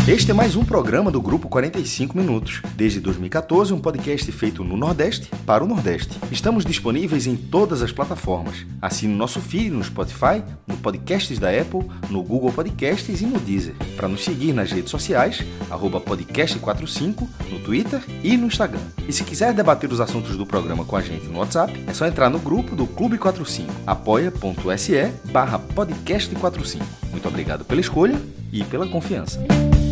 Este é mais um programa do Grupo 45 Minutos. Desde 2014, um podcast feito no Nordeste para o Nordeste. Estamos disponíveis em todas as plataformas. Assine o nosso feed no Spotify, no Podcasts da Apple, no Google Podcasts e no Deezer. Para nos seguir nas redes sociais, @podcast45, no Twitter e no Instagram. E se quiser debater os assuntos do programa com a gente no WhatsApp, é só entrar no grupo do Clube 45, apoia.se/podcast45. Muito obrigado pela escolha e pela confiança.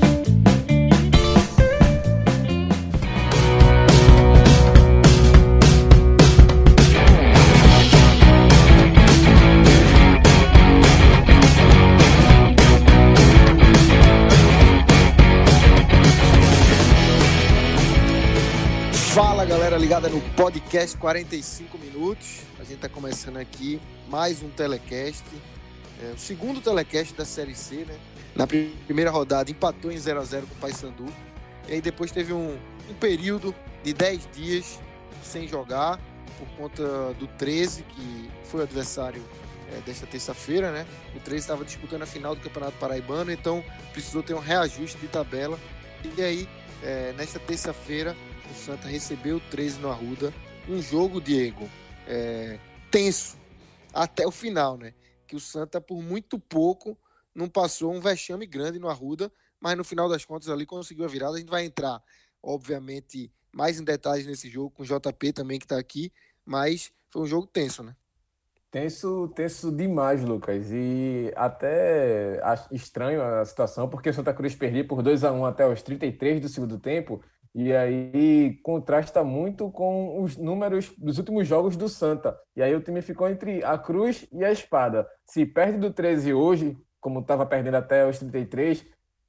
Fala galera ligada no podcast 45 minutos, a gente está começando aqui mais um telecast, o segundo telecast da Série C, né? Na primeira rodada empatou em 0-0 com o Paysandu, e aí depois teve um período de 10 dias sem jogar, por conta do 13, que foi o adversário desta terça-feira, né? O 13 estava disputando a final do Campeonato Paraibano, então precisou ter um reajuste de tabela, e aí nesta terça-feira o Santa recebeu o 13 no Arruda, um jogo, Diego, tenso até o final, né? Que o Santa, por muito pouco, não passou um vexame grande no Arruda, mas no final das contas ali conseguiu a virada. A gente vai entrar, obviamente, mais em detalhes nesse jogo, com o JP também que está aqui, mas foi um jogo tenso, né? Tenso demais, Lucas, e até acho estranho a situação, porque o Santa Cruz perdia por 2-1 até os 33 do segundo tempo, e aí contrasta muito com os números dos últimos jogos do Santa. E aí o time ficou entre a cruz e a espada. Se perde do 13 hoje, como estava perdendo até os 33,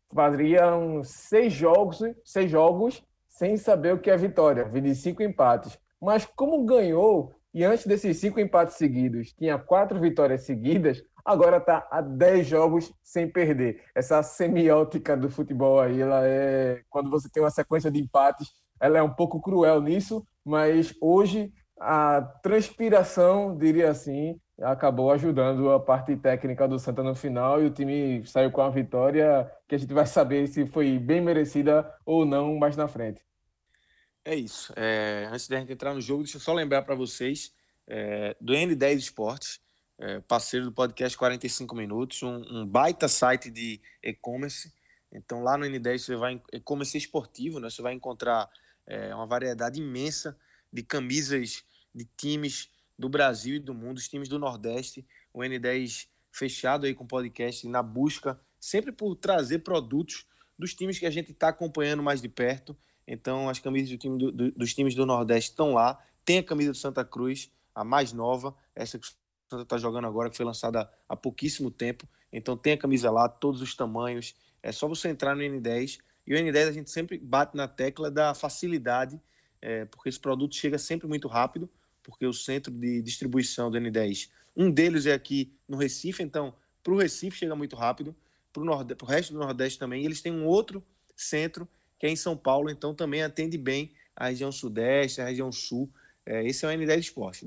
fariam 6 jogos sem saber o que é vitória, de 5 empates. Mas como ganhou, e antes desses 5 empates seguidos, tinha 4 vitórias seguidas, agora está a 10 jogos sem perder. Essa semiótica do futebol aí, quando você tem uma sequência de empates, ela é um pouco cruel nisso, mas hoje a transpiração, diria assim, acabou ajudando a parte técnica do Santa no final, e o time saiu com a vitória que a gente vai saber se foi bem merecida ou não mais na frente. É isso. Antes da gente entrar no jogo, deixa eu só lembrar para vocês do N10 Esportes, parceiro do podcast 45 Minutos, um baita site de e-commerce. Então lá no N10 você vai e-commerce esportivo, né? Você vai encontrar uma variedade imensa de camisas de times do Brasil e do mundo, os times do Nordeste. O N10 fechado aí com podcast na busca, sempre por trazer produtos dos times que a gente está acompanhando mais de perto. Então as camisas dos times do Nordeste estão lá. Tem a camisa do Santa Cruz, a mais nova, essa que o Santa está jogando agora, que foi lançada há pouquíssimo tempo. Então tem a camisa lá, todos os tamanhos. É só você entrar no N10. E o N10 a gente sempre bate na tecla da facilidade, porque esse produto chega sempre muito rápido, porque o centro de distribuição do N10, um deles é aqui no Recife, então para o Recife chega muito rápido, para o resto do Nordeste também. E eles têm um outro centro, que é em São Paulo, então também atende bem a região Sudeste, a região Sul. Esse é o N10 Esporte,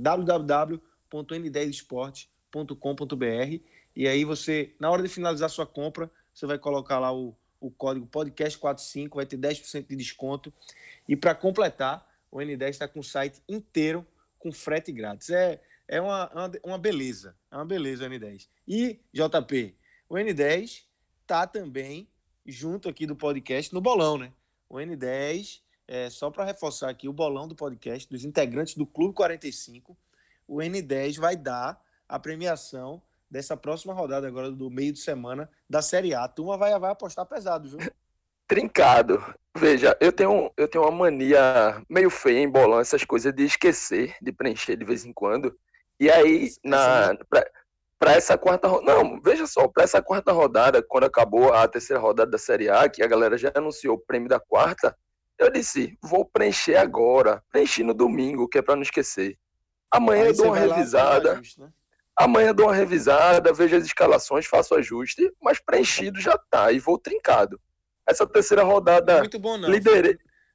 www.n10esporte.com.br, e aí você, na hora de finalizar sua compra, você vai colocar lá o código podcast45, vai ter 10% de desconto, e para completar, o N10 está com o site inteiro com frete grátis. É uma beleza, o N10. E, JP, o N10 está também junto aqui do podcast no bolão, né? O N10, só para reforçar aqui, o bolão do podcast, dos integrantes do Clube 45, o N10 vai dar a premiação dessa próxima rodada agora do meio de semana da Série A. A turma vai apostar pesado, viu? Trincado. Veja, eu tenho uma mania meio feia em bolão, essas coisas de esquecer, de preencher de vez em quando. E aí, para essa quarta rodada... Não, veja só, para essa quarta rodada, quando acabou a terceira rodada da Série A, que a galera já anunciou o prêmio da quarta, eu disse, vou preencher agora. Preenchi no domingo, que é para não esquecer. Amanhã eu dou uma revisada. Ajuste, né? Amanhã eu dou uma revisada, vejo as escalações, faço ajuste, mas preenchido já tá, e vou trincado. Essa terceira rodada, muito bom, não. liderei.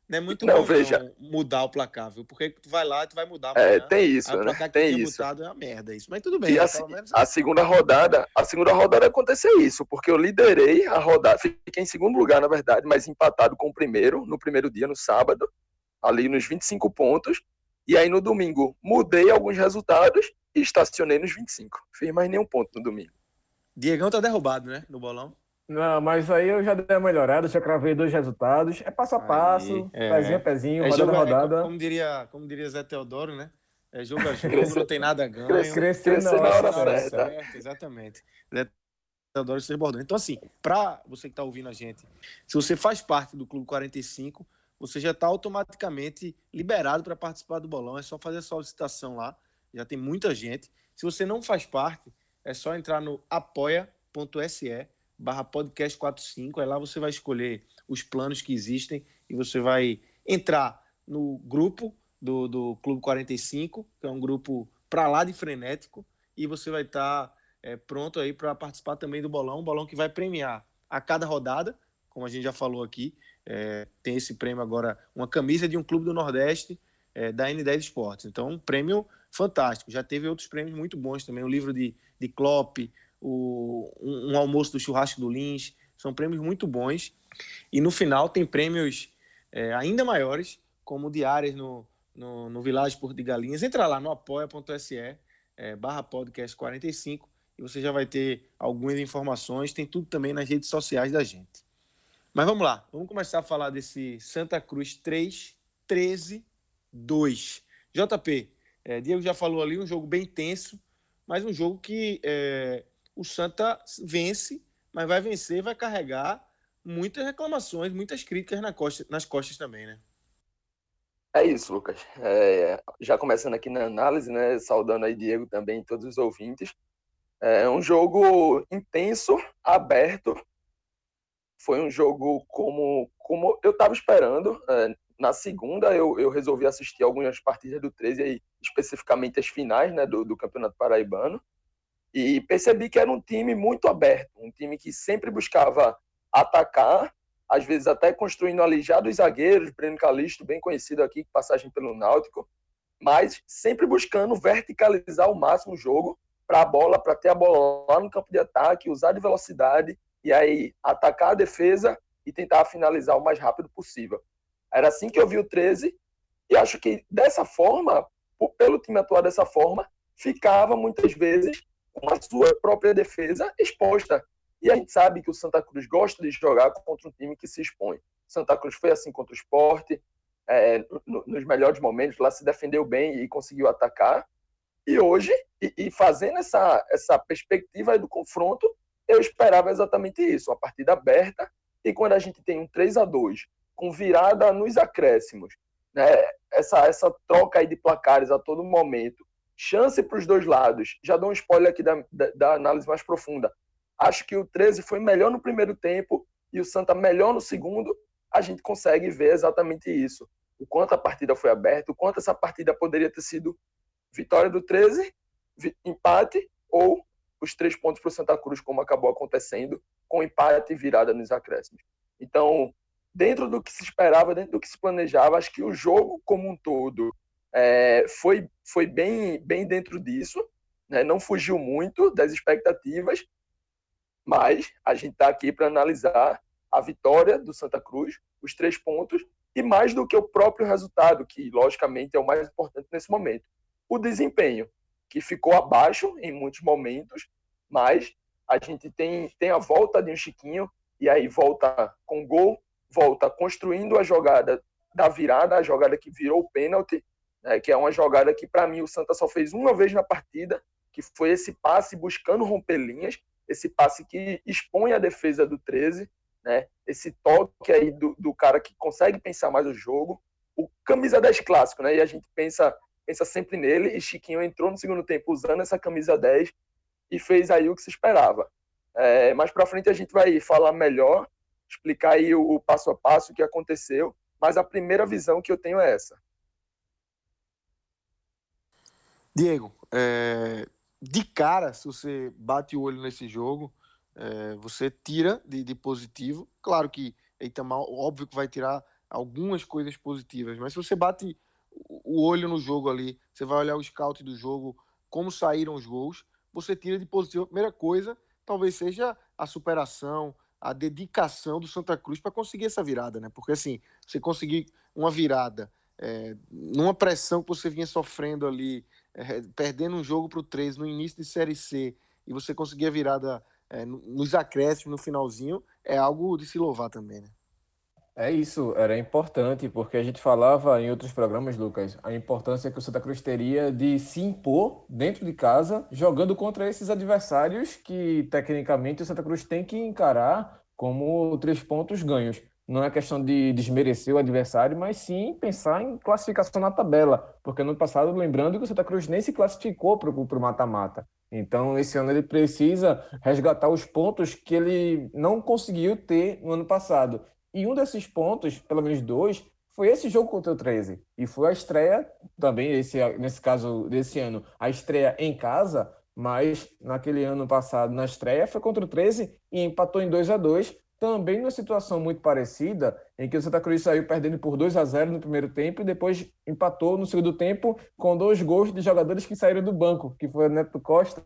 Não é muito Não, bom veja, não mudar o placar, viu? Porque tu vai lá e tu vai mudar amanhã. tem Aí isso, o né? placar que tu Tem tinha isso. botado é uma merda isso. Mas tudo E bem, pelo menos a segunda rodada aconteceu isso, porque eu liderei a rodada, fiquei em segundo lugar, na verdade, mas empatado com o primeiro, no primeiro dia, no sábado, ali nos 25 pontos. E aí no domingo mudei alguns resultados e estacionei nos 25. Fiz mais nenhum ponto no domingo. Diegão tá derrubado, né? No bolão. Não, mas aí eu já dei uma melhorada, já cravei 2 resultados. É passo a passo, pezinho a pezinho, rodada a rodada. Como diria Zé Teodoro, né? É jogo a jogo, Crescer- não tem nada ganho. Crescer na hora certa. Exatamente. Zé Teodoro se bordando. Então, assim, para você que está ouvindo a gente, se você faz parte do Clube 45, você já está automaticamente liberado para participar do bolão. É só fazer a solicitação lá. Já tem muita gente. Se você não faz parte, é só entrar no apoia.se/podcast45. Aí lá você vai escolher os planos que existem e você vai entrar no grupo do Clube 45, que é um grupo para lá de frenético, e você vai estar pronto aí para participar também do bolão, um bolão que vai premiar a cada rodada, como a gente já falou aqui. Tem esse prêmio agora, uma camisa de um clube do Nordeste, da N10 Esportes. Então, um prêmio fantástico. Já teve outros prêmios muito bons também, o livro de Klopp, um almoço do churrasco do Lins. São prêmios muito bons. E no final tem prêmios ainda maiores, como diárias no Village Porto de Galinhas. Entra lá no apoia.se/podcast45 e você já vai ter algumas informações. Tem tudo também nas redes sociais da gente. Mas vamos lá, vamos começar a falar desse Santa Cruz 3, 13-2. JP, Diego já falou ali, um jogo bem tenso, mas um jogo que o Santa vence, mas vai vencer e vai carregar muitas reclamações, muitas críticas nas costas também, né? É isso, Lucas. Já começando aqui na análise, né, saudando aí Diego também e todos os ouvintes. É um jogo intenso, aberto. Foi um jogo como eu estava esperando. Na segunda, eu resolvi assistir algumas partidas do 13, aí, especificamente as finais, né, do Campeonato Paraibano, e percebi que era um time muito aberto, um time que sempre buscava atacar, às vezes até construindo ali já dos zagueiros, Breno Calixto, bem conhecido aqui, passagem pelo Náutico, mas sempre buscando verticalizar ao máximo o jogo para ter a bola lá no campo de ataque, usar de velocidade e aí atacar a defesa e tentar finalizar o mais rápido possível. Era assim que eu vi o 13 e acho que dessa forma, pelo time atuar dessa forma, ficava muitas vezes com a sua própria defesa exposta. E a gente sabe que o Santa Cruz gosta de jogar contra um time que se expõe. O Santa Cruz foi assim contra o Sport, nos melhores momentos, lá se defendeu bem e conseguiu atacar. E hoje, e fazendo essa perspectiva do confronto, eu esperava exatamente isso, uma partida aberta, e quando a gente tem um 3-2, com virada nos acréscimos, né, essa troca aí de placares a todo momento, chance para os dois lados, já dou um spoiler aqui da análise mais profunda, acho que o 13 foi melhor no primeiro tempo e o Santa melhor no segundo, a gente consegue ver exatamente isso, o quanto a partida foi aberta, o quanto essa partida poderia ter sido vitória do 13, empate ou os 3 pontos para o Santa Cruz, como acabou acontecendo, com empate e virada nos acréscimos. Então, dentro do que se esperava, dentro do que se planejava, acho que o jogo como um todo foi bem dentro disso, né? Não fugiu muito das expectativas, mas a gente está aqui para analisar a vitória do Santa Cruz, os 3 pontos, e mais do que o próprio resultado, que logicamente é o mais importante nesse momento. O desempenho, que ficou abaixo em muitos momentos, mas a gente tem a volta de um Chiquinho, e aí volta com gol, volta construindo a jogada da virada, a jogada que virou o pênalti, né, que é uma jogada que, para mim, o Santa só fez uma vez na partida, que foi esse passe buscando romper linhas, esse passe que expõe a defesa do 13, né, esse toque aí do cara que consegue pensar mais o jogo, o camisa 10 clássico, né, e a gente pensa sempre nele, e Chiquinho entrou no segundo tempo usando essa camisa 10 e fez aí o que se esperava. Mais para frente a gente vai falar melhor, explicar aí o passo a passo, o que aconteceu, mas a primeira visão que eu tenho é essa. Diego, de cara, se você bate o olho nesse jogo, você tira de positivo. Claro que Itamar, óbvio que vai tirar algumas coisas positivas, mas se você bate o olho no jogo ali, você vai olhar o scout do jogo, como saíram os gols, você tira de positivo. A primeira coisa talvez seja a superação, a dedicação do Santa Cruz para conseguir essa virada, né? Porque assim, você conseguir uma virada numa pressão que você vinha sofrendo ali, perdendo um jogo para o 13 no início de Série C, e você conseguir a virada nos acréscimos, no finalzinho, é algo de se louvar também, né? É isso, era importante, porque a gente falava em outros programas, Lucas, a importância que o Santa Cruz teria de se impor dentro de casa, jogando contra esses adversários que, tecnicamente, o Santa Cruz tem que encarar como 3 pontos ganhos. Não é questão de desmerecer o adversário, mas sim pensar em classificação na tabela, porque no passado, lembrando que o Santa Cruz nem se classificou para o mata-mata. Então, esse ano ele precisa resgatar os pontos que ele não conseguiu ter no ano passado. E um desses pontos, pelo menos 2, foi esse jogo contra o 13. E foi a estreia, também, nesse caso desse ano, a estreia em casa, mas naquele ano passado, na estreia, foi contra o 13 e empatou em 2-2, também numa situação muito parecida, em que o Santa Cruz saiu perdendo por 2-0 no primeiro tempo e depois empatou no segundo tempo com 2 gols de jogadores que saíram do banco, que foi o Neto Costa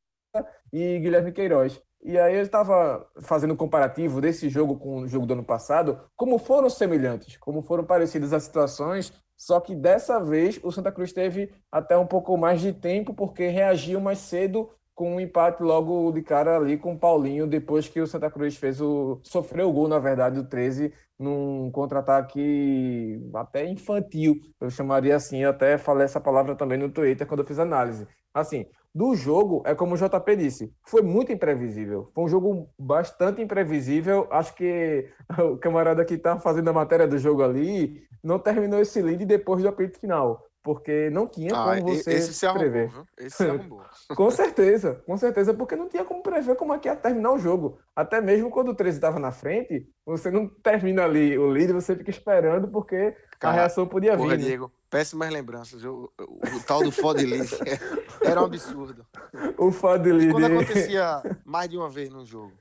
e Guilherme Queiroz. E aí eu estava fazendo um comparativo desse jogo com o jogo do ano passado, como foram semelhantes, como foram parecidas as situações, só que dessa vez o Santa Cruz teve até um pouco mais de tempo, porque reagiu mais cedo com um empate logo de cara ali com o Paulinho, depois que o Santa Cruz sofreu o gol, na verdade, do 13, num contra-ataque até infantil, eu chamaria assim, eu até falei essa palavra também no Twitter quando eu fiz análise. Assim, do jogo, é como o JP disse, foi muito imprevisível. Foi um jogo bastante imprevisível. Acho que o camarada que está fazendo a matéria do jogo ali não terminou esse lead depois do apito final, porque não tinha como você esse se arrombou, prever. viu? Esse se arrombou. Com certeza, porque não tinha como prever como é que ia terminar o jogo. Até mesmo quando o 13 estava na frente, você não termina ali o lead, você fica esperando, porque a reação podia vir. Porra, né? Diego, péssimas lembranças. O tal do Fodelic era um absurdo. O Fodelic. Quando acontecia mais de uma vez no jogo.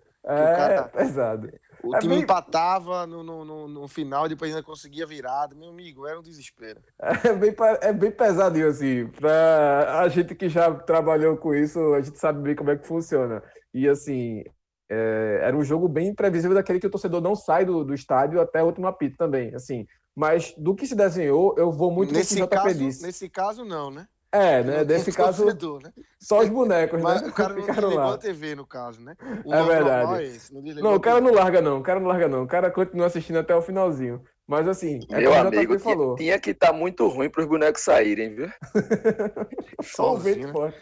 Pesado. O time empatava no final, depois ainda conseguia virada. Meu amigo, era um desespero. É bem pesadinho, assim. Pra a gente que já trabalhou com isso, a gente sabe bem como é que funciona. E, assim, era um jogo bem imprevisível, daquele que o torcedor não sai do estádio até o último apito também, assim. Mas, do que se desenhou, eu vou muito com o que o JP disse. Nesse caso, não, né? Né? Nesse caso, torcedor, né? só os bonecos, Mas né? o cara não desligou lá. a TV, no caso, né? É verdade. Normal é esse, não, o cara não larga, não. O cara continua assistindo até o finalzinho. Mas, assim, meu amigo, falou. Tinha que estar muito ruim para os bonecos saírem, viu? Só o vento forte.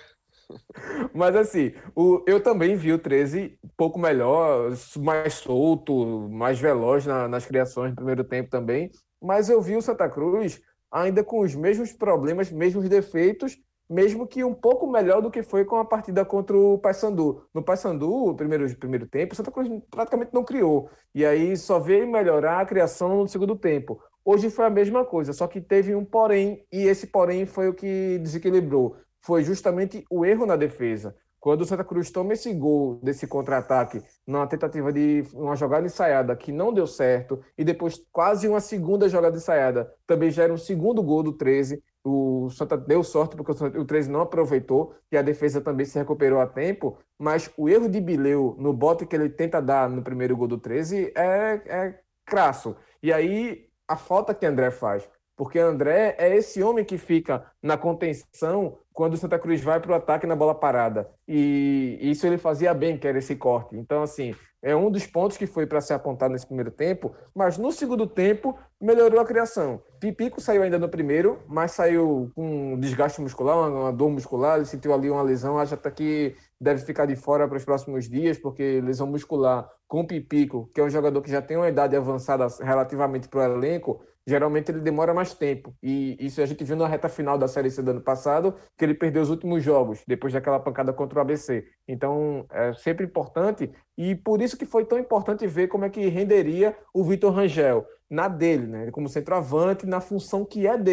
Mas, assim, eu também vi o 13 um pouco melhor, mais solto, mais veloz nas criações no primeiro tempo também. Mas eu vi o Santa Cruz ainda com os mesmos problemas, mesmos defeitos, mesmo que um pouco melhor do que foi com a partida contra o Paysandu. No Paysandu, primeiro tempo, o Santa Cruz praticamente não criou. E aí só veio melhorar a criação no segundo tempo. Hoje foi a mesma coisa, só que teve um porém, e esse porém foi o que desequilibrou. Foi justamente o erro na defesa. Quando o Santa Cruz toma esse gol desse contra-ataque, numa tentativa de uma jogada ensaiada que não deu certo, e depois quase uma segunda jogada ensaiada, também já era um segundo gol do 13. O Santa deu sorte porque o 13 não aproveitou e a defesa também se recuperou a tempo, mas o erro de Bileu no bote que ele tenta dar no primeiro gol do 13 é crasso. E aí a falta que André faz, porque André é esse homem que fica na contenção quando o Santa Cruz vai para o ataque na bola parada. E isso ele fazia bem, que era esse corte. Então, assim, é um dos pontos que foi para ser apontado nesse primeiro tempo, mas no segundo tempo melhorou a criação. Pipico saiu ainda no primeiro, mas saiu com um desgaste muscular, uma dor muscular, ele sentiu ali uma lesão, acho até que deve ficar de fora para os próximos dias, porque lesão muscular com Pipico, que é um jogador que já tem uma idade avançada relativamente para o elenco, geralmente ele demora mais tempo. E isso a gente viu na reta final da Série C do ano passado, que ele perdeu os últimos jogos, depois daquela pancada contra o ABC. Então, é sempre importante, e por isso que foi tão importante ver como é que renderia o Vitor Rangel, na dele, né? Como centroavante, na função que é dele,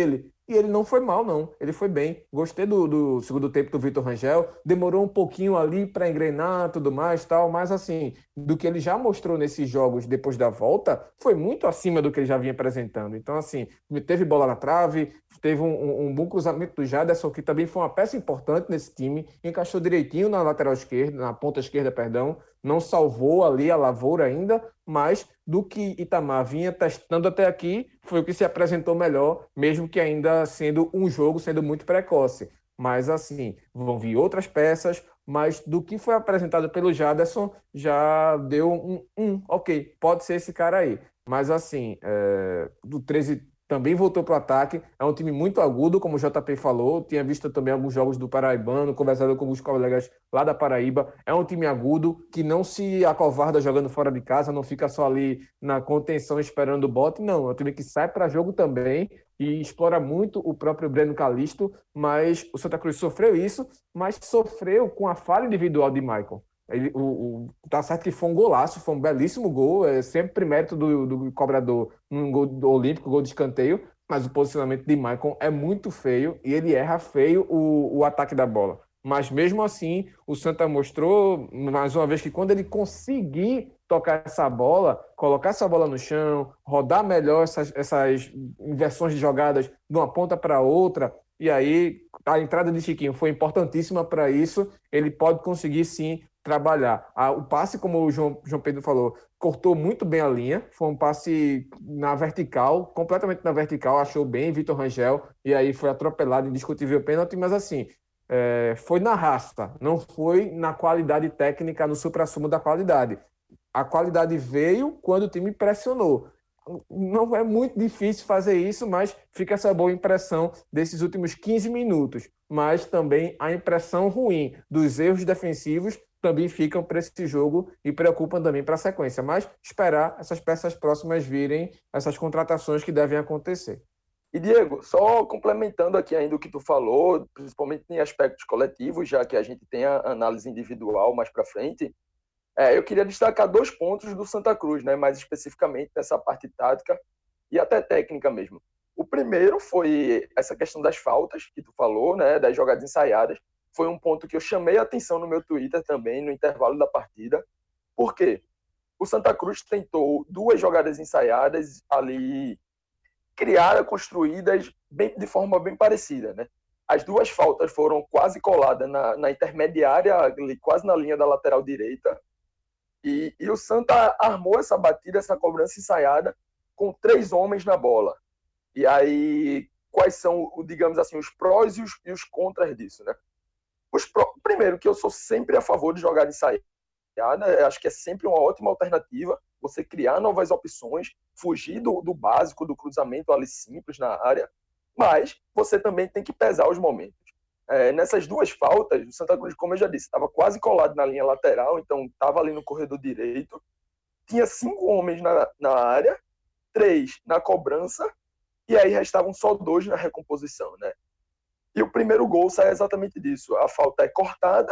E ele não foi mal, não. Ele foi bem. Gostei do segundo tempo do Vitor Rangel. Demorou um pouquinho ali para engrenar, tudo mais, tal. Mas, assim, do que ele já mostrou nesses jogos depois da volta, foi muito acima do que ele já vinha apresentando. Então, assim, teve bola na trave, teve um bom cruzamento do Jaderson, que também foi uma peça importante nesse time. Encaixou direitinho na lateral esquerda, na ponta esquerda, perdão. Não salvou ali a lavoura ainda, mas do que Itamar vinha testando até aqui, foi o que se apresentou melhor, mesmo que ainda sendo um jogo sendo muito precoce. Mas assim, vão vir outras peças, mas do que foi apresentado pelo Jaderson, já deu ok, pode ser esse cara aí. Mas assim, do 13 também voltou para o ataque, é um time muito agudo, como o JP falou, tinha visto também alguns jogos do Paraibano, conversado com alguns colegas lá da Paraíba, é um time agudo, que não se acovarda jogando fora de casa, não fica só ali na contenção esperando o bote, não, é um time que sai para jogo também e explora muito o próprio Breno Calixto, mas o Santa Cruz sofreu isso, mas sofreu com a falha individual de Maicon. Tá certo que foi um golaço, foi um belíssimo gol, é sempre mérito do cobrador num gol do olímpico, gol de escanteio, mas o posicionamento de Maicon é muito feio e ele erra feio o ataque da bola. Mas mesmo assim, o Santa mostrou mais uma vez que quando ele conseguir tocar essa bola, colocar essa bola no chão, rodar melhor essas inversões de jogadas de uma ponta para outra, e aí a entrada de Chiquinho foi importantíssima para isso, ele pode conseguir sim trabalhar. O passe, como o João Pedro falou, cortou muito bem a linha, foi um passe na vertical, completamente na vertical, achou bem Vitor Rangel, e aí foi atropelado, indiscutível pênalti, mas assim, foi na raça, não foi na qualidade técnica, no suprassumo da qualidade. A qualidade veio quando o time pressionou. Não é muito difícil fazer isso, mas fica essa boa impressão desses últimos 15 minutos. Mas também a impressão ruim dos erros defensivos também ficam para esse jogo e preocupam também para a sequência. Mas esperar essas peças próximas virem, essas contratações que devem acontecer. E, Diego, só complementando aqui ainda o que tu falou, principalmente em aspectos coletivos, já que a gente tem a análise individual mais para frente, eu queria destacar 2 pontos do Santa Cruz, né, mais especificamente nessa parte tática e até técnica mesmo. O primeiro foi essa questão das faltas que tu falou, né, das jogadas ensaiadas. Foi um ponto que eu chamei a atenção no meu Twitter também, no intervalo da partida. Por quê? O Santa Cruz tentou 2 jogadas ensaiadas ali, criadas, construídas de forma bem parecida, né? As 2 faltas foram quase coladas na intermediária, ali, quase na linha da lateral direita. E o Santa armou essa batida, essa cobrança ensaiada, com 3 homens na bola. E aí, quais são, digamos assim, os prós e os contras disso, né? Primeiro, que eu sou sempre a favor de jogada ensaiada, acho que é sempre uma ótima alternativa, você criar novas opções, fugir do básico, do cruzamento ali simples na área, mas você também tem que pesar os momentos. Nessas 2 faltas, o Santa Cruz, como eu já disse, estava quase colado na linha lateral, então estava ali no corredor direito, tinha 5 homens na área, 3 na cobrança, e aí restavam só 2 na recomposição, né? E o primeiro gol sai exatamente disso. A falta é cortada,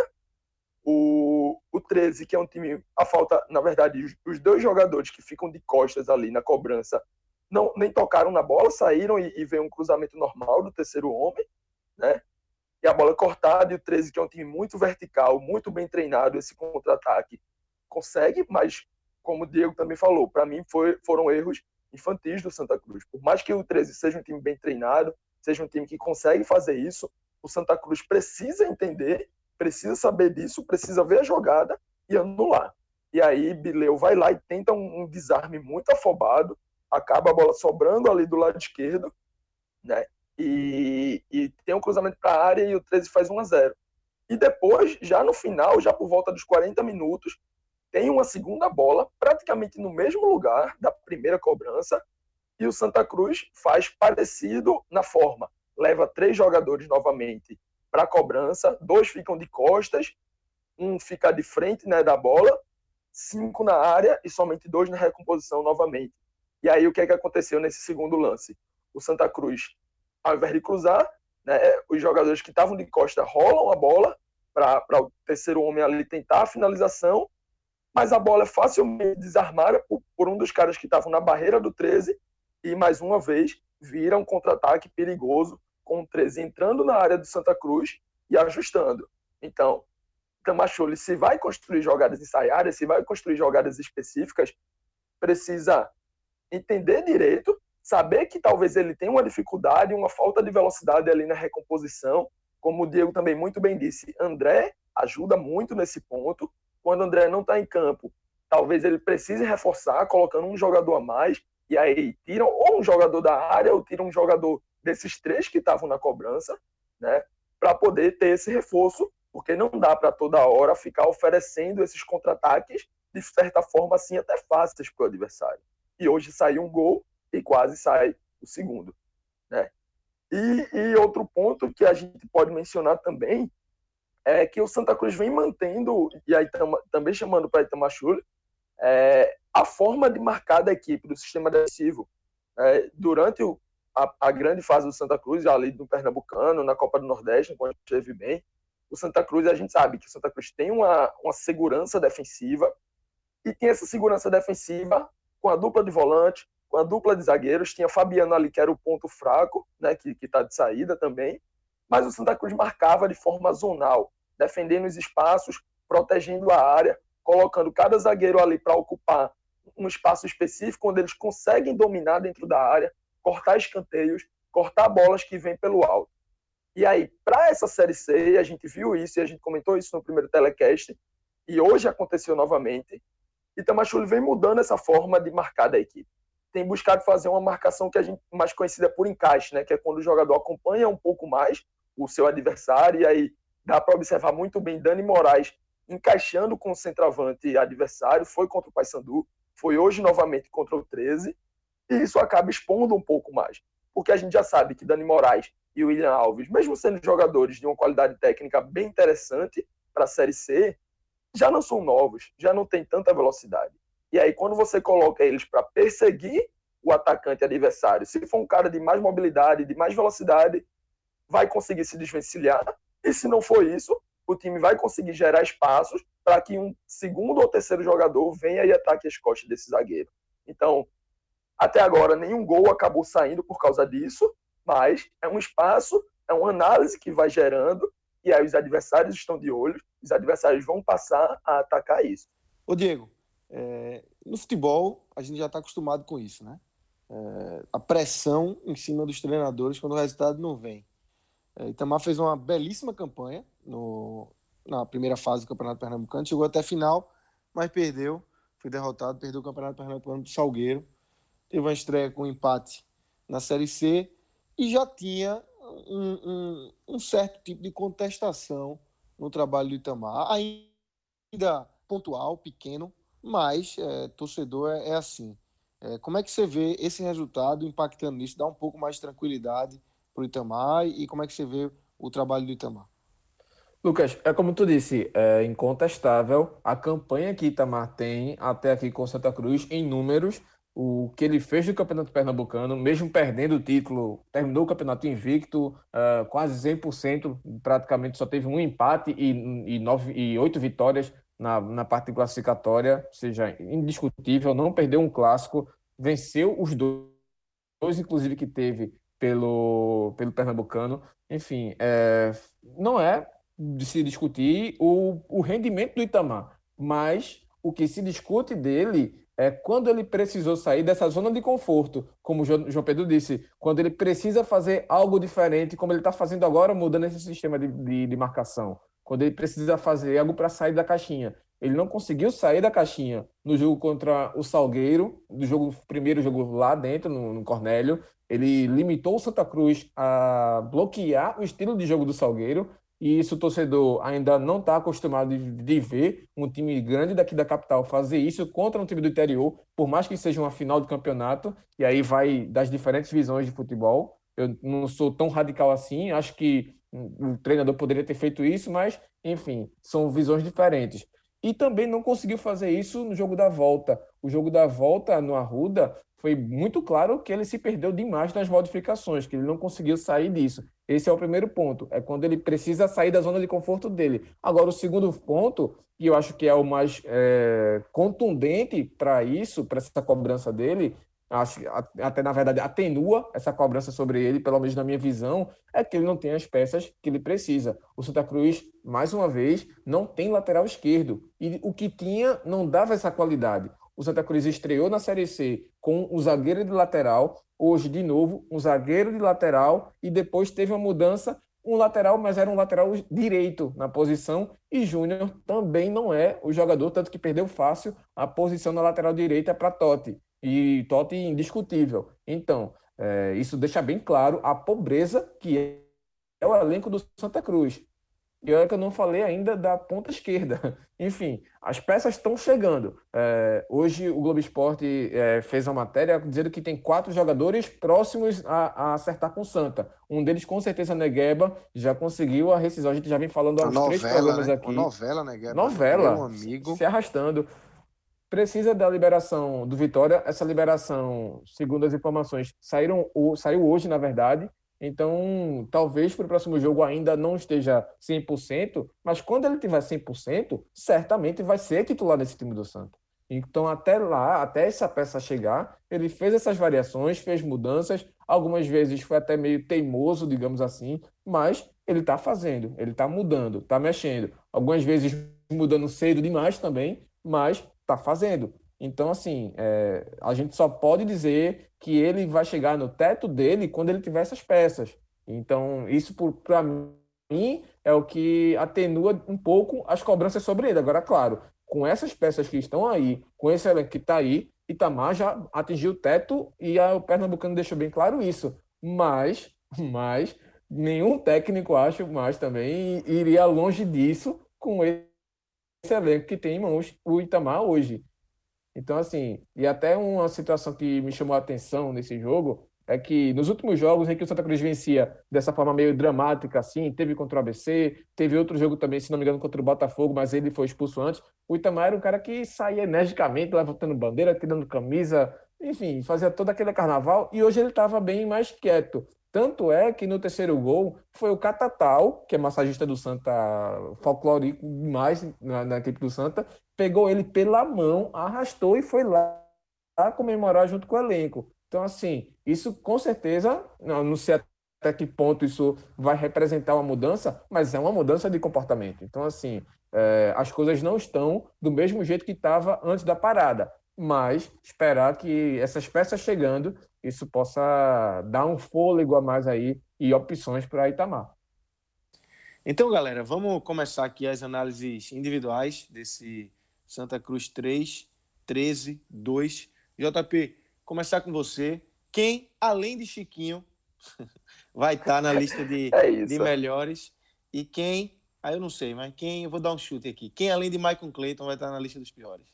o 13, que é um time... A falta, na verdade, os 2 jogadores que ficam de costas ali na cobrança nem tocaram na bola, saíram e veio um cruzamento normal do terceiro homem, né? E a bola é cortada, e o 13, que é um time muito vertical, muito bem treinado, esse contra-ataque consegue, mas, como o Diego também falou, para mim foram erros infantis do Santa Cruz. Por mais que o 13 seja um time bem treinado, seja um time que consegue fazer isso, o Santa Cruz precisa entender, precisa saber disso, precisa ver a jogada e anular. E aí Bileu vai lá e tenta um desarme muito afobado, acaba a bola sobrando ali do lado esquerdo, né? E tem um cruzamento para a área e o 13 faz 1-0. E depois, já no final, já por volta dos 40 minutos, tem uma segunda bola, praticamente no mesmo lugar da primeira cobrança, e o Santa Cruz faz parecido na forma. Leva 3 jogadores novamente para a cobrança, 2 ficam de costas, 1 fica de frente, né, da bola, 5 na área e somente 2 na recomposição novamente. E aí o que aconteceu nesse segundo lance? O Santa Cruz, ao invés de cruzar, né, os jogadores que estavam de costa rolam a bola para o terceiro homem ali tentar a finalização, mas a bola é facilmente desarmada por um dos caras que estavam na barreira do 13 e, mais uma vez, vira um contra-ataque perigoso com o 13 entrando na área do Santa Cruz e ajustando. Então, Tamachule, se vai construir jogadas ensaiadas, se vai construir jogadas específicas, precisa entender direito, saber que talvez ele tenha uma dificuldade, uma falta de velocidade ali na recomposição. Como o Diego também muito bem disse, André ajuda muito nesse ponto. Quando o André não está em campo, talvez ele precise reforçar, colocando um jogador a mais, e aí tiram ou um jogador da área ou tiram um jogador desses 3 que estavam na cobrança, né, para poder ter esse reforço, porque não dá para toda hora ficar oferecendo esses contra-ataques, de certa forma, assim, até fáceis para o adversário. E hoje saiu um gol e quase sai o segundo, né? E outro ponto que a gente pode mencionar também é que o Santa Cruz vem mantendo, e aí também chamando para Itamachule, a forma de marcar da equipe, do sistema defensivo. Durante a grande fase do Santa Cruz, ali do Pernambucano, na Copa do Nordeste, quando esteve bem, o Santa Cruz, a gente sabe que o Santa Cruz tem uma segurança defensiva, e tem essa segurança defensiva com a dupla de volante, com a dupla de zagueiros. Tinha Fabiano ali, que era o ponto fraco, né, que está de saída também, mas o Santa Cruz marcava de forma zonal, defendendo os espaços, protegendo a área, colocando cada zagueiro ali para ocupar um espaço específico onde eles conseguem dominar dentro da área, cortar escanteios, cortar bolas que vêm pelo alto. E aí, para essa Série C, a gente viu isso e a gente comentou isso no primeiro telecast, e hoje aconteceu novamente, Itamachule vem mudando essa forma de marcar da equipe. Tem buscado fazer uma marcação que a gente mais conhecida por encaixe, né? Que é quando o jogador acompanha um pouco mais o seu adversário, e aí dá para observar muito bem Dani Moraes encaixando com o centroavante adversário. Foi contra o Paysandu, foi hoje novamente contra o 13, e isso acaba expondo um pouco mais, porque a gente já sabe que Dani Moraes e o William Alves, mesmo sendo jogadores de uma qualidade técnica bem interessante para a Série C, já não são novos, já não tem tanta velocidade. E aí, quando você coloca eles para perseguir o atacante adversário, se for um cara de mais mobilidade, de mais velocidade, vai conseguir se desvencilhar. E se não for isso, o time vai conseguir gerar espaços para que um segundo ou terceiro jogador venha e ataque as costas desse zagueiro. Então, até agora, nenhum gol acabou saindo por causa disso, mas é um espaço, é uma análise que vai gerando, e aí os adversários estão de olho, os adversários vão passar a atacar isso. Ô Diego, no futebol a gente já está acostumado com isso, né? A pressão em cima dos treinadores quando o resultado não vem. Itamar fez uma belíssima campanha na primeira fase do Campeonato Pernambucano, chegou até a final, mas perdeu, foi derrotado, perdeu o Campeonato Pernambucano do Salgueiro, teve uma estreia com empate na Série C e já tinha um certo tipo de contestação no trabalho do Itamar, ainda pontual, pequeno, mas torcedor é assim. Como é que você vê esse resultado impactando nisso? Dá um pouco mais de tranquilidade para o Itamar, e como é que você vê o trabalho do Itamar? Lucas, como tu disse, é incontestável a campanha que Itamar tem até aqui com Santa Cruz em números. O que ele fez do Campeonato Pernambucano, mesmo perdendo o título, terminou o campeonato invicto, quase 100%, praticamente só teve um empate e 8 vitórias na parte classificatória, ou seja, indiscutível, não perdeu um clássico, venceu os dois inclusive, que teve pelo Pernambucano. Enfim, não é de se discutir o rendimento do Itamar, mas o que se discute dele é quando ele precisou sair dessa zona de conforto, como o João Pedro disse, quando ele precisa fazer algo diferente, como ele está fazendo agora, mudando esse sistema de marcação, quando ele precisa fazer algo para sair da caixinha. Ele não conseguiu sair da caixinha no jogo contra o Salgueiro, primeiro jogo lá dentro, no Cornélio. Ele limitou o Santa Cruz a bloquear o estilo de jogo do Salgueiro, e isso o torcedor ainda não está acostumado de ver um time grande daqui da capital fazer isso contra um time do interior, por mais que seja uma final de campeonato, e aí vai das diferentes visões de futebol. Eu não sou tão radical assim, acho que o treinador poderia ter feito isso, mas, enfim, são visões diferentes. E também não conseguiu fazer isso no jogo da volta. O jogo da volta no Arruda foi muito claro que ele se perdeu demais nas modificações, que ele não conseguiu sair disso. Esse é o primeiro ponto, é quando ele precisa sair da zona de conforto dele. Agora, o segundo ponto, que eu acho que é o mais contundente para isso, para essa cobrança dele, acho que até na verdade atenua essa cobrança sobre ele, pelo menos na minha visão, é que ele não tem as peças que ele precisa. O Santa Cruz, mais uma vez, não tem lateral esquerdo, e o que tinha não dava essa qualidade. O Santa Cruz estreou na Série C com um zagueiro de lateral, hoje de novo um zagueiro de lateral, e depois teve uma mudança, um lateral, mas era um lateral direito na posição, e Júnior também não é o jogador, tanto que perdeu fácil a posição na lateral direita para Totti, e Totti indiscutível. Então, isso deixa bem claro a pobreza que é o elenco do Santa Cruz. E olha que eu não falei ainda da ponta esquerda. Enfim, as peças estão chegando. Hoje o Globo Esporte fez uma matéria dizendo que tem 4 jogadores próximos a acertar com o Santa. Um deles, com certeza, Negueba, já conseguiu a rescisão. A gente já vem falando há uns 3 programas aqui. Uma novela, Negueba. Novela, meu amigo. se arrastando. Precisa da liberação do Vitória. Essa liberação, segundo as informações, saiu hoje, na verdade. Então, talvez para o próximo jogo ainda não esteja 100%, mas quando ele tiver 100%, certamente vai ser titular desse time do Santa. Então, até lá, até essa peça chegar, ele fez essas variações, fez mudanças, algumas vezes foi até meio teimoso, digamos assim, mas ele está fazendo, ele está mudando, está mexendo. Algumas vezes mudando cedo demais também, mas está fazendo. Então, assim, a gente só pode dizer que ele vai chegar no teto dele quando ele tiver essas peças. Então, isso, para mim, é o que atenua um pouco as cobranças sobre ele. Agora, claro, com essas peças que estão aí, com esse elenco que está aí, Itamar já atingiu o teto e o Pernambucano deixou bem claro isso. Mas nenhum técnico, acho, mais também iria longe disso com esse elenco que tem em mãos o Itamar hoje. Então, assim, e até uma situação que me chamou a atenção nesse jogo é que nos últimos jogos em que o Santa Cruz vencia dessa forma meio dramática, assim, teve contra o ABC, teve outro jogo também, se não me engano, contra o Botafogo, mas ele foi expulso antes. O Itamar era um cara que saía energicamente, levantando bandeira, tirando camisa, enfim, fazia todo aquele carnaval, e hoje ele estava bem mais quieto. Tanto é que no terceiro gol foi o Catatal, que é massagista do Santa, folclórico demais na equipe do Santa, pegou ele pela mão, arrastou e foi lá comemorar junto com o elenco. Então, assim, isso com certeza, não sei até que ponto isso vai representar uma mudança, mas é uma mudança de comportamento. Então, assim, as coisas não estão do mesmo jeito que estava antes da parada, mas esperar que essas peças chegando, isso possa dar um fôlego a mais aí e opções para Itamar. Então, galera, vamos começar aqui as análises individuais desse Santa Cruz 3, 13, 2. JP, começar com você. Quem, além de Chiquinho, vai estar na lista de melhores? E quem, eu não sei, mas quem, eu vou dar um chute aqui. Quem, além de Michael Clayton, vai estar na lista dos piores?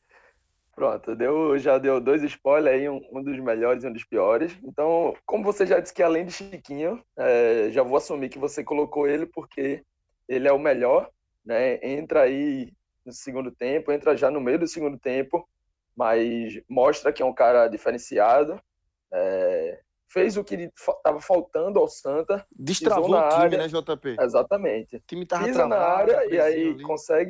Pronto, já deu 2 spoilers aí, um dos melhores e um dos piores. Então, como você já disse que além de Chiquinho, já vou assumir que você colocou ele porque ele é o melhor, né? Entra aí no segundo tempo, entra já no meio do segundo tempo, mas mostra que é um cara diferenciado, fez o que estava faltando ao Santa. Destravou o time, né, JP? Exatamente. O time tava pisa na área e aí ali. consegue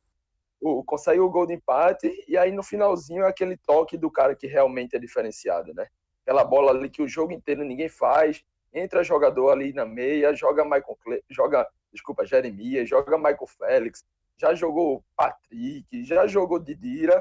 o gol de empate, e aí no finalzinho é aquele toque do cara que realmente é diferenciado, né? Aquela bola ali que o jogo inteiro ninguém faz, entra jogador ali na meia, joga Jeremias, joga Michael Félix, já jogou Patrick, já jogou Didira,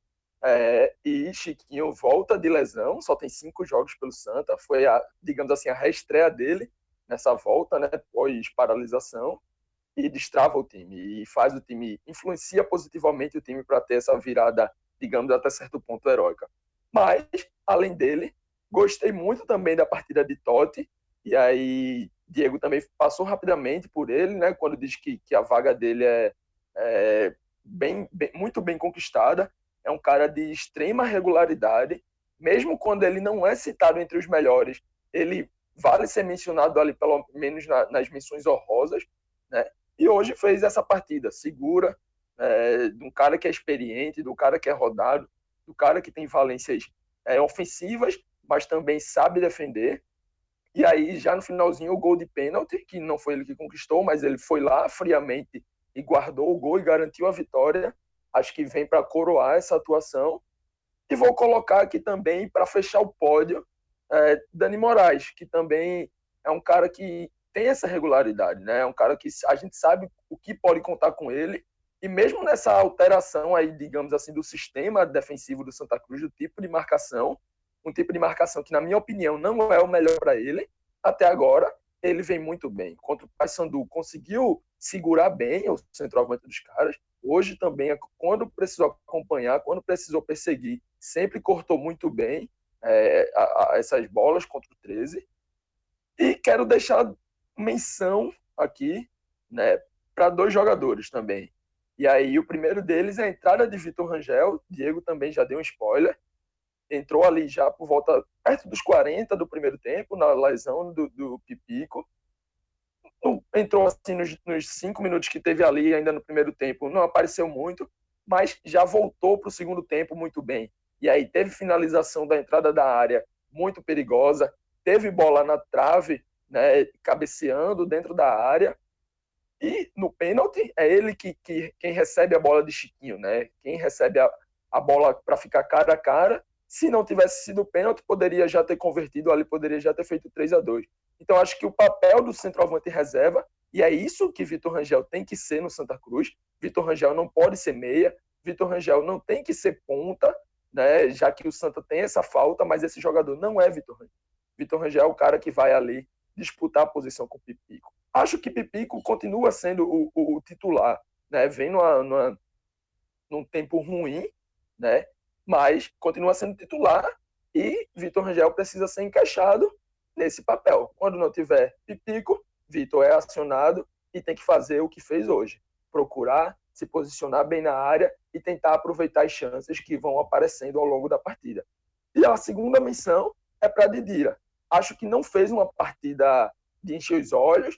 e Chiquinho volta de lesão, só tem 5 jogos pelo Santa, foi digamos assim, a reestreia dele nessa volta, né, pós-paralisação, e destrava o time, e faz o time, influencia positivamente o time para ter essa virada, digamos, até certo ponto heróica. Mas, além dele, gostei muito também da partida de Totti, e aí Diego também passou rapidamente por ele, né, quando diz que a vaga dele é muito bem conquistada, é um cara de extrema regularidade, mesmo quando ele não é citado entre os melhores, ele vale ser mencionado ali, pelo menos nas menções honrosas, né? E hoje fez essa partida segura, de um cara que é experiente, do cara que é rodado, do cara que tem valências ofensivas, mas também sabe defender. E aí, já no finalzinho, o gol de pênalti, que não foi ele que conquistou, mas ele foi lá friamente e guardou o gol e garantiu a vitória. Acho que vem para coroar essa atuação. E vou colocar aqui também, para fechar o pódio, Dani Moraes, que também é um cara que tem essa regularidade, né? É um cara que a gente sabe o que pode contar com ele. E mesmo nessa alteração aí, digamos assim, do sistema defensivo do Santa Cruz, do tipo de marcação, um tipo de marcação que, na minha opinião, não é o melhor para ele, até agora, ele vem muito bem. Contra o Paysandu, conseguiu segurar bem o centroavante dos caras. Hoje também, quando precisou acompanhar, quando precisou perseguir, sempre cortou muito bem essas bolas contra o 13. E quero deixar menção aqui, né, para 2 jogadores também. E aí o primeiro deles é a entrada de Vitor Rangel. Diego também já deu um spoiler. Entrou ali já por volta perto dos 40 do primeiro tempo, na lesão do Pipico. Entrou assim nos 5 minutos que teve ali ainda no primeiro tempo, não apareceu muito, mas já voltou para o segundo tempo muito bem. E aí teve finalização da entrada da área muito perigosa, teve bola na trave, né, cabeceando dentro da área, e no pênalti é ele quem recebe a bola de Chiquinho, né? Quem recebe a bola para ficar cara a cara. Se não tivesse sido pênalti, poderia já ter convertido ali, poderia já ter feito 3-2. Então, acho que o papel do centroavante reserva, e é isso que Vitor Rangel tem que ser no Santa Cruz. Vitor Rangel não pode ser meia, Vitor Rangel não tem que ser ponta, né? Já que o Santa tem essa falta, mas esse jogador não é Vitor Rangel. Vitor Rangel é o cara que vai ali disputar a posição com o Pipico. Acho que Pipico continua sendo o titular, né? Vem num tempo ruim, né? Mas continua sendo titular e Vitor Rangel precisa ser encaixado nesse papel. Quando não tiver Pipico, Vitor é acionado e tem que fazer o que fez hoje. Procurar se posicionar bem na área e tentar aproveitar as chances que vão aparecendo ao longo da partida. E a segunda menção é para Didira. Acho que não fez uma partida de encher os olhos,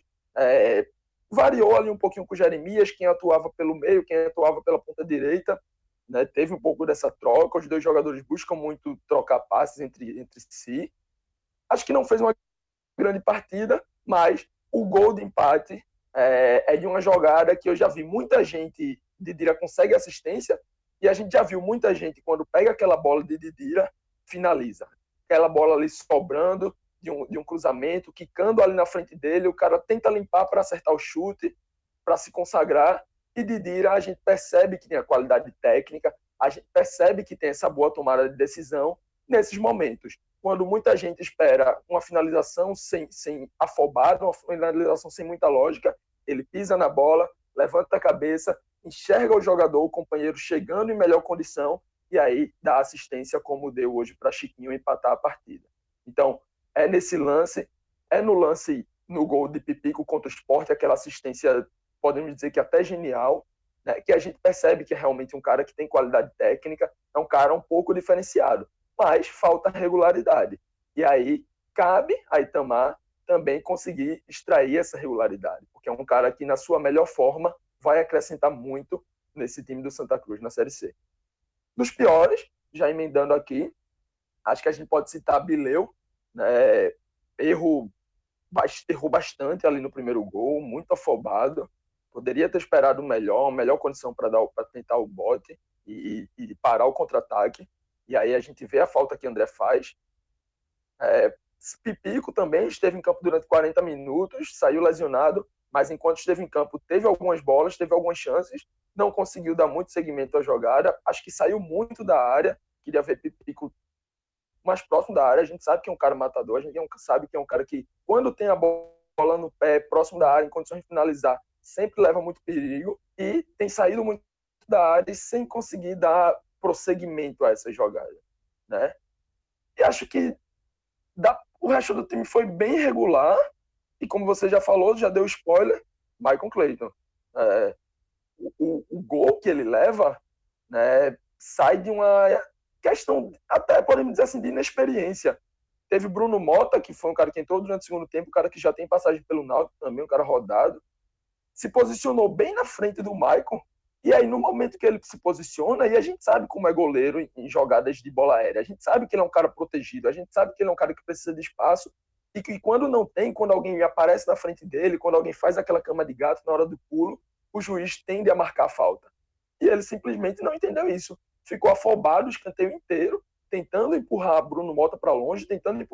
variou ali um pouquinho com o Jeremias, quem atuava pelo meio, quem atuava pela ponta direita, né? Teve um pouco dessa troca, os 2 jogadores buscam muito trocar passes entre si. Acho que não fez uma grande partida, mas o gol de empate é de uma jogada que eu já vi muita gente, Didira consegue assistência, e a gente já viu muita gente, quando pega aquela bola de Didira, finaliza. Aquela bola ali sobrando, de um cruzamento, quicando ali na frente dele, o cara tenta limpar para acertar o chute, para se consagrar, e Didira a gente percebe que tem a qualidade técnica, a gente percebe que tem essa boa tomada de decisão nesses momentos. Quando muita gente espera uma finalização sem afobado, uma finalização sem muita lógica, ele pisa na bola, levanta a cabeça, enxerga o jogador, o companheiro chegando em melhor condição, e aí dá assistência como deu hoje para Chiquinho empatar a partida. Então, é nesse lance, no lance no gol de Pipico contra o Sport, aquela assistência, podemos dizer que até genial, né, que a gente percebe que é realmente um cara que tem qualidade técnica, é um cara um pouco diferenciado, mas falta regularidade. E aí cabe a Itamar também conseguir extrair essa regularidade, porque é um cara que, na sua melhor forma, vai acrescentar muito nesse time do Santa Cruz na Série C. Dos piores, já emendando aqui, acho que a gente pode citar Bileu, né? Errou bastante ali no primeiro gol, muito afobado, poderia ter esperado melhor, uma melhor condição para tentar o bote e parar o contra-ataque, e aí a gente vê a falta que André faz. Pipico também esteve em campo durante 40 minutos, saiu lesionado, mas enquanto esteve em campo teve algumas bolas, teve algumas chances, não conseguiu dar muito seguimento à jogada, acho que saiu muito da área, queria ver Pipico mais próximo da área. A gente sabe que é um cara matador, a gente sabe que é um cara que, quando tem a bola no pé, próximo da área, em condições de finalizar, sempre leva muito perigo, e tem saído muito da área sem conseguir dar prosseguimento a essa jogada, né? E acho que o resto do time foi bem regular, e como você já falou, já deu spoiler, Michael Clayton. O gol que ele leva, né, sai de uma questão, até podemos dizer assim, de inexperiência. Teve Bruno Mota, que foi um cara que entrou durante o segundo tempo, um cara que já tem passagem pelo Náutico também, um cara rodado, se posicionou bem na frente do Michael, e aí no momento que ele se posiciona, e a gente sabe como é goleiro em jogadas de bola aérea, a gente sabe que ele é um cara protegido, a gente sabe que ele é um cara que precisa de espaço, e que quando não tem, quando alguém aparece na frente dele, quando alguém faz aquela cama de gato na hora do pulo, o juiz tende a marcar a falta. E ele simplesmente não entendeu isso. ficou afobado o escanteio inteiro, tentando empurrar Bruno Mota para longe.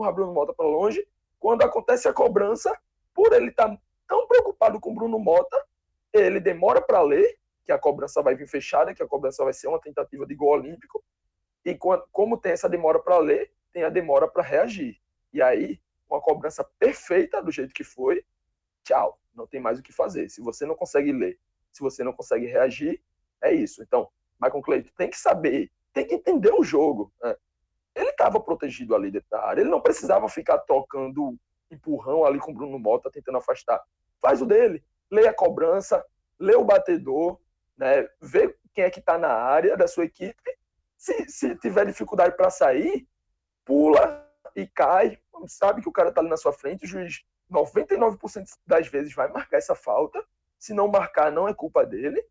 Quando acontece a cobrança, por ele estar tão preocupado com Bruno Mota, ele demora para ler que a cobrança vai vir fechada, que a cobrança vai ser uma tentativa de gol olímpico. E como tem essa demora para ler, tem a demora para reagir. E aí, com a cobrança perfeita do jeito que foi, tchau, não tem mais o que fazer. Se você não consegue ler, se você não consegue reagir, é isso. Então, Michael Clayton tem que saber, tem que entender o jogo, né? Ele estava protegido ali dentro da área, ele não precisava ficar trocando empurrão ali com o Bruno Mota, tentando afastar. Faz o dele, lê a cobrança, lê o batedor, né? Vê quem é que está na área da sua equipe. Se tiver dificuldade para sair, pula e cai. Sabe que o cara está ali na sua frente, o juiz 99% das vezes vai marcar essa falta. Se não marcar, não é culpa dele.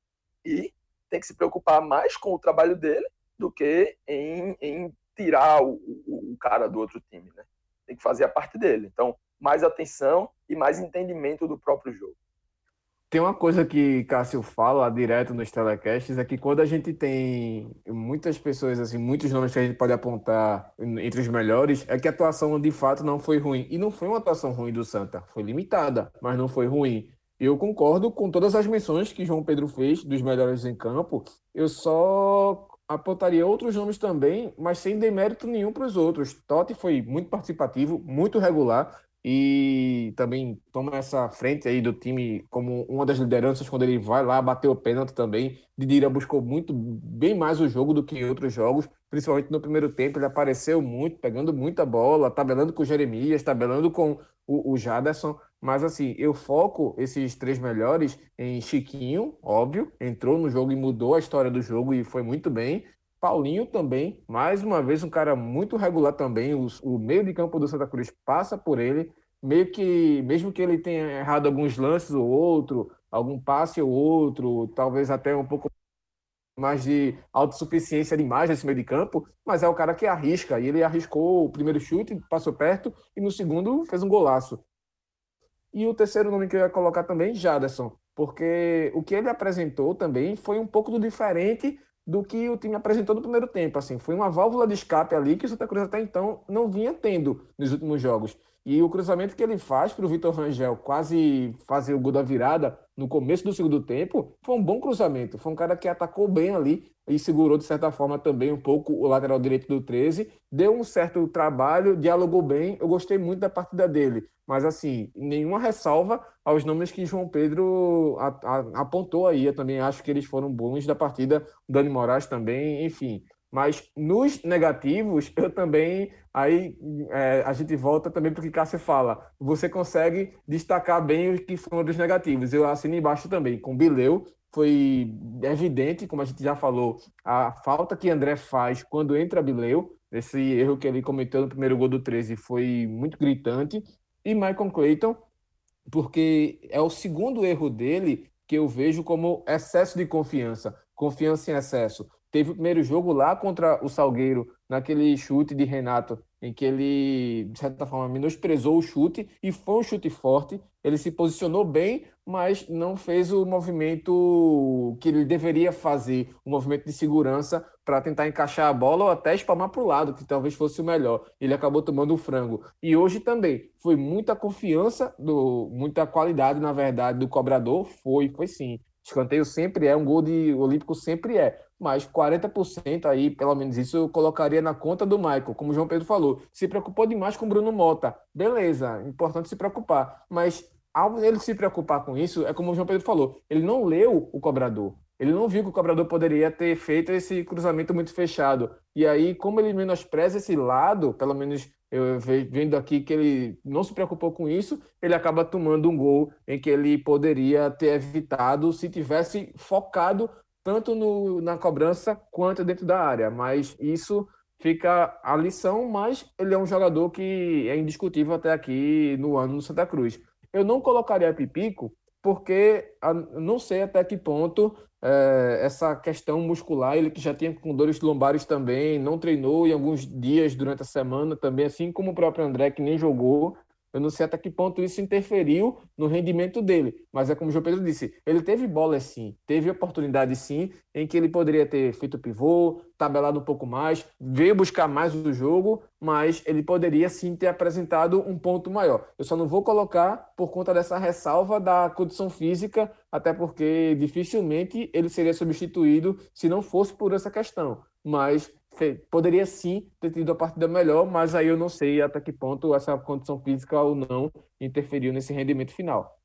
E tem que se preocupar mais com o trabalho dele do que em tirar o cara do outro time, né? Tem que fazer a parte dele. Então, mais atenção e mais entendimento do próprio jogo. Tem uma coisa que Cássio fala direto nos telecasts, é que quando a gente tem muitas pessoas, assim, muitos nomes que a gente pode apontar entre os melhores, é que a atuação de fato não foi ruim. E não foi uma atuação ruim do Santa, foi limitada, mas não foi ruim. Eu concordo com todas as menções que João Pedro fez dos melhores em campo. Eu só apontaria outros nomes também, mas sem demérito nenhum para os outros. Totti foi muito participativo, muito regular e também toma essa frente aí do time como uma das lideranças quando ele vai lá bater o pênalti também. Didira buscou muito, bem mais o jogo do que em outros jogos, principalmente no primeiro tempo. Ele apareceu muito, pegando muita bola, tabelando com o Jeremias, tabelando com o Jaderson. Mas assim, eu foco esses três melhores em Chiquinho, óbvio, entrou no jogo e mudou a história do jogo e foi muito bem. Paulinho também, mais uma vez um cara muito regular também, o meio de campo do Santa Cruz passa por ele, meio que, mesmo que ele tenha errado alguns lances ou outro, algum passe ou outro, talvez até um pouco mais de autossuficiência de imagem nesse meio de campo, mas é o cara que arrisca, e ele arriscou o primeiro chute, passou perto, e no segundo fez um golaço. E o terceiro nome que eu ia colocar também, Jaderson, porque o que ele apresentou também foi um pouco do diferente do que o time apresentou no primeiro tempo. Assim, foi uma válvula de escape ali que o Santa Cruz até então não vinha tendo nos últimos jogos. E o cruzamento que ele faz para o Vitor Rangel quase fazer o gol da virada no começo do segundo tempo foi um bom cruzamento. Foi um cara que atacou bem ali e segurou, de certa forma, também um pouco o lateral direito do 13. Deu um certo trabalho, dialogou bem. Eu gostei muito da partida dele. Mas, assim, nenhuma ressalva aos nomes que João Pedro apontou aí. Eu também acho que eles foram bons da partida. O Dani Moraes também, enfim. Mas nos negativos, eu também... Aí a gente volta também para o que Cássio fala. Você consegue destacar bem os que foram dos negativos. Eu assino embaixo também. Com Bileu, foi evidente, como a gente já falou, a falta que André faz quando entra Bileu. Esse erro que ele cometeu no primeiro gol do 13 foi muito gritante. E Michael Clayton, porque é o segundo erro dele que eu vejo como excesso de confiança. Confiança em excesso. Teve o primeiro jogo lá contra o Salgueiro, naquele chute de Renato, em que ele, de certa forma, menosprezou o chute, e foi um chute forte. Ele se posicionou bem, mas não fez o movimento que ele deveria fazer, o movimento de segurança para tentar encaixar a bola ou até espalmar para o lado, que talvez fosse o melhor. Ele acabou tomando o frango. E hoje também foi muita confiança, muita qualidade, na verdade, do cobrador. Foi sim. Escanteio sempre é, um gol de olímpico sempre é, mas 40% aí, pelo menos isso, eu colocaria na conta do Michael, como o João Pedro falou. Se preocupou demais com o Bruno Mota, beleza, importante se preocupar, mas ao ele se preocupar com isso, é como o João Pedro falou, ele não leu o cobrador, ele não viu que o cobrador poderia ter feito esse cruzamento muito fechado, e aí, como ele menospreza esse lado, pelo menos eu vendo aqui que ele não se preocupou com isso, ele acaba tomando um gol em que ele poderia ter evitado se tivesse focado tanto na cobrança quanto dentro da área. Mas isso fica a lição, mas ele é um jogador que é indiscutível até aqui no ano no Santa Cruz. Eu não colocaria Pipico porque não sei até que ponto essa questão muscular, ele que já tinha com dores lombares também, não treinou em alguns dias durante a semana também, assim como o próprio André, que nem jogou. Eu não sei até que ponto isso interferiu no rendimento dele, mas é como o João Pedro disse, ele teve bolas sim, teve oportunidade sim, em que ele poderia ter feito pivô, tabelado um pouco mais, veio buscar mais o jogo, mas ele poderia sim ter apresentado um ponto maior. Eu só não vou colocar por conta dessa ressalva da condição física, até porque dificilmente ele seria substituído se não fosse por essa questão. Mas poderia sim ter tido a partida melhor, mas aí eu não sei até que ponto essa condição física ou não interferiu nesse rendimento final.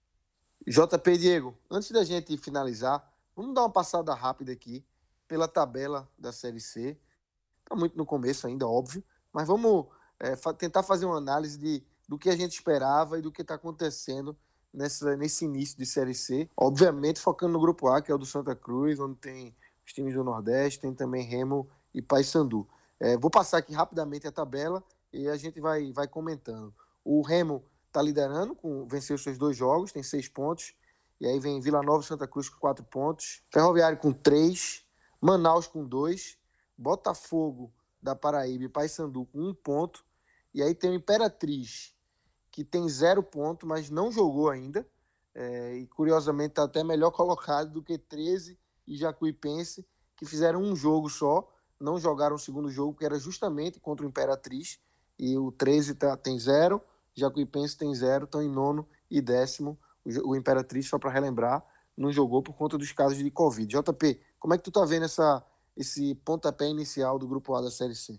JP Diego, antes da gente finalizar, vamos dar uma passada rápida aqui pela tabela da Série C. Está muito no começo ainda, óbvio, mas vamos tentar fazer uma análise do que a gente esperava e do que está acontecendo nesse início de Série C. Obviamente, focando no Grupo A, que é o do Santa Cruz, onde tem os times do Nordeste, tem também Remo e Paysandu. Vou passar aqui rapidamente a tabela e a gente vai comentando. O Remo está liderando, venceu os seus 2 jogos, tem 6 pontos. E aí vem Vila Nova e Santa Cruz com 4 pontos. Ferroviário com 3. Manaus com 2. Botafogo da Paraíba e Paysandu com 1 ponto. E aí tem o Imperatriz, que tem 0 ponto, mas não jogou ainda. E curiosamente está até melhor colocado do que 13 e Jacuipense, que fizeram um jogo só. Não jogaram o segundo jogo, que era justamente contra o Imperatriz. E o 13 tem 0. Jacuipense tem 0, estão em 9º e 10º. O Imperatriz, só para relembrar, não jogou por conta dos casos de Covid. JP, como é que tu tá vendo esse pontapé inicial do Grupo A da Série C?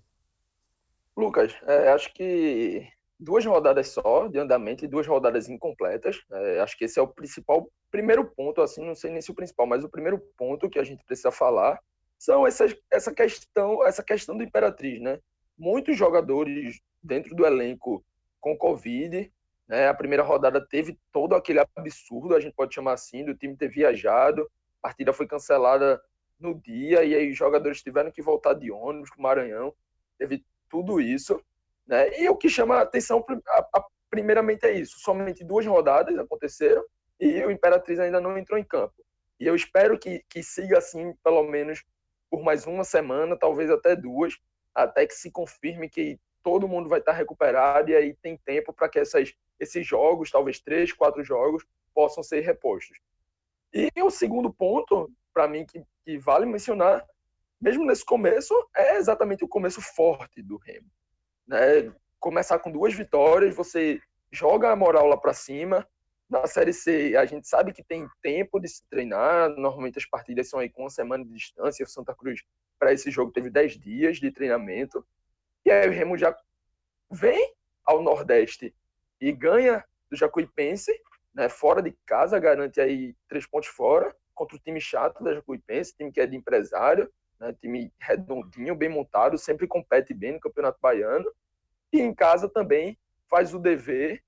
Lucas, acho que 2 rodadas só de andamento e 2 rodadas incompletas. Acho que esse é o primeiro ponto, assim, não sei nem se o principal, mas o primeiro ponto que a gente precisa falar são essa questão do Imperatriz, né? Muitos jogadores dentro do elenco com Covid, né? A primeira rodada teve todo aquele absurdo, a gente pode chamar assim, do time ter viajado, a partida foi cancelada no dia, e aí os jogadores tiveram que voltar de ônibus para o Maranhão, teve tudo isso, né? E o que chama a atenção, primeiramente, é isso, somente 2 rodadas aconteceram, e o Imperatriz ainda não entrou em campo. E eu espero que siga assim, pelo menos por mais uma semana, talvez até 2, até que se confirme que todo mundo vai estar recuperado, e aí tem tempo para que esses jogos, talvez 3, 4 jogos, possam ser repostos. E o segundo ponto, para mim, que vale mencionar, mesmo nesse começo, é exatamente o começo forte do Remo, né? Começar com 2 vitórias, você joga a moral lá para cima. Na Série C, a gente sabe que tem tempo de se treinar, normalmente as partidas são aí com 1 semana de distância. O Santa Cruz, para esse jogo, teve 10 dias de treinamento. E aí o Remo já vem ao Nordeste e ganha do Jacuipense, né, fora de casa, garante aí 3 pontos fora, contra o time chato da Jacuipense, time que é de empresário, né, time redondinho, bem montado, sempre compete bem no Campeonato Baiano. E em casa também faz o dever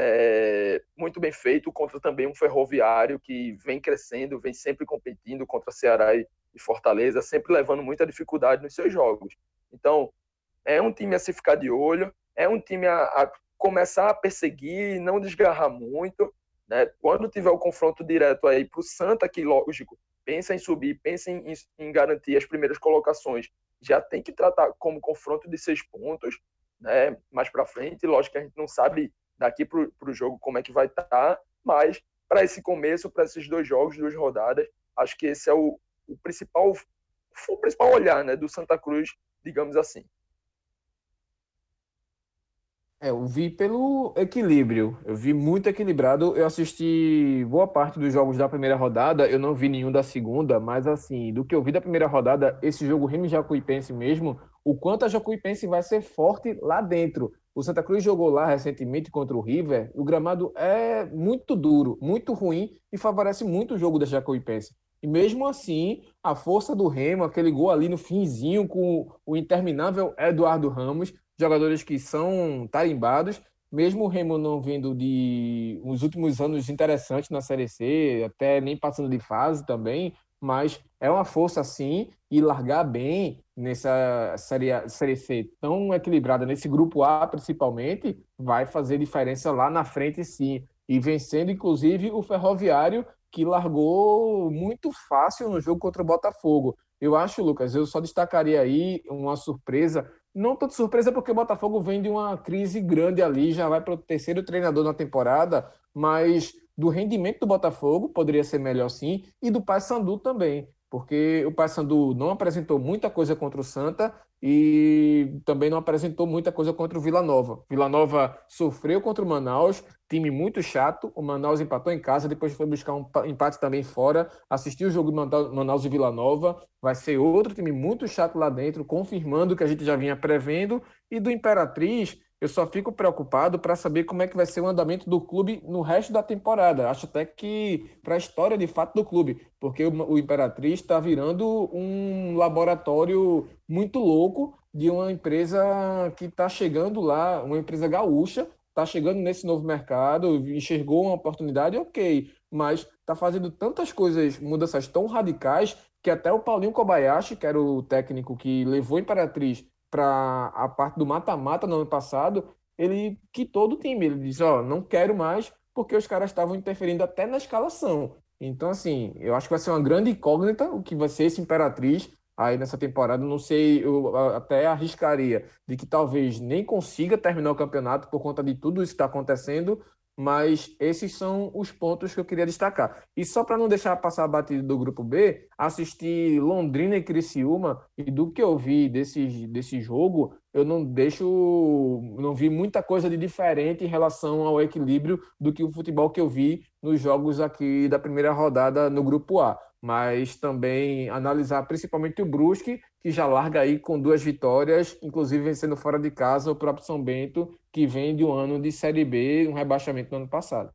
muito bem feito contra também um Ferroviário que vem crescendo, vem sempre competindo contra Ceará e Fortaleza, sempre levando muita dificuldade nos seus jogos. Então, é um time a se ficar de olho, é um time a começar a perseguir, não desgarrar muito, né? Quando tiver o confronto direto aí para o Santa, que, lógico, pensa em subir, pensa em garantir as primeiras colocações, já tem que tratar como confronto de 6 pontos, né? Mais para frente, lógico que a gente não sabe daqui para o jogo como é que vai estar, mas para esse começo, para esses 2 jogos, 2 rodadas, acho que esse é o principal olhar, né, do Santa Cruz, digamos assim. Eu vi pelo equilíbrio, eu vi muito equilibrado. Eu assisti boa parte dos jogos da primeira rodada, eu não vi nenhum da segunda, mas assim, do que eu vi da primeira rodada, esse jogo Remo e Jacuipense mesmo, o quanto a Jacuipense vai ser forte lá dentro. O Santa Cruz jogou lá recentemente contra o River, o gramado é muito duro, muito ruim e favorece muito o jogo da Jacuipense. E mesmo assim, a força do Remo, aquele gol ali no finzinho com o interminável Eduardo Ramos, jogadores que são tarimbados, mesmo o Remo não vindo de uns últimos anos interessantes na Série C, até nem passando de fase também, mas é uma força sim, e largar bem nessa série C tão equilibrada, nesse grupo A principalmente, vai fazer diferença lá na frente sim, e vencendo inclusive o Ferroviário, que largou muito fácil no jogo contra o Botafogo. Eu acho, Lucas, eu só destacaria aí uma surpresa não tanto surpresa porque o Botafogo vem de uma crise grande ali, já vai para o terceiro treinador na temporada, mas do rendimento do Botafogo poderia ser melhor sim, e do Paysandu também, porque o Paysandu não apresentou muita coisa contra o Santa e também não apresentou muita coisa contra o Vila Nova. Vila Nova sofreu contra o Manaus, time muito chato, o Manaus empatou em casa, depois foi buscar um empate também fora, assistiu o jogo de Manaus e Vila Nova, vai ser outro time muito chato lá dentro, confirmando o que a gente já vinha prevendo, e do Imperatriz, eu só fico preocupado para saber como é que vai ser o andamento do clube no resto da temporada. Acho até que para a história de fato do clube, porque o Imperatriz está virando um laboratório muito louco de uma empresa que está chegando lá, uma empresa gaúcha, está chegando nesse novo mercado, enxergou uma oportunidade, ok, mas está fazendo tantas coisas, mudanças tão radicais, que até o Paulinho Kobayashi, que era o técnico que levou a Imperatriz para a parte do mata-mata no ano passado, ele quitou do time. Ele disse, não quero mais, porque os caras estavam interferindo até na escalação. Então, assim, eu acho que vai ser uma grande incógnita o que vai ser esse Imperatriz aí nessa temporada. Não sei, eu até arriscaria de que talvez nem consiga terminar o campeonato por conta de tudo isso que está acontecendo, mas esses são os pontos que eu queria destacar. E só para não deixar passar batido do Grupo B, assisti Londrina e Criciúma, e do que eu vi desse jogo, eu não vi muita coisa de diferente em relação ao equilíbrio do que o futebol que eu vi nos jogos aqui da primeira rodada no Grupo A. Mas também analisar principalmente o Brusque, que já larga aí com 2 vitórias, inclusive vencendo fora de casa o próprio São Bento, que vem de um ano de Série B, um rebaixamento no ano passado.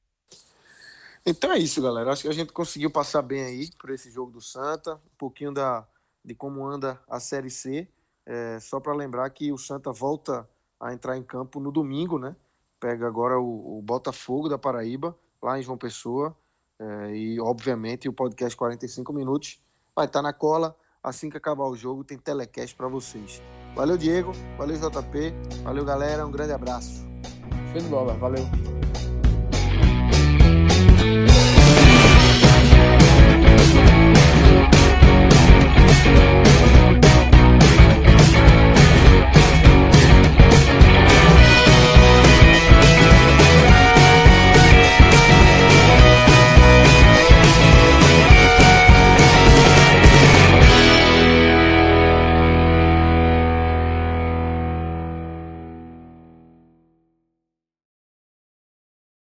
Então é isso, galera. Acho que a gente conseguiu passar bem aí por esse jogo do Santa, um pouquinho de como anda a Série C. Só para lembrar que o Santa volta a entrar em campo no domingo, né? Pega agora o Botafogo da Paraíba, lá em João Pessoa. E, obviamente, o podcast 45 minutos vai estar na cola. Assim que acabar o jogo, tem telecast para vocês. Valeu, Diego. Valeu, JP. Valeu, galera. Um grande abraço. Show de bola. Valeu.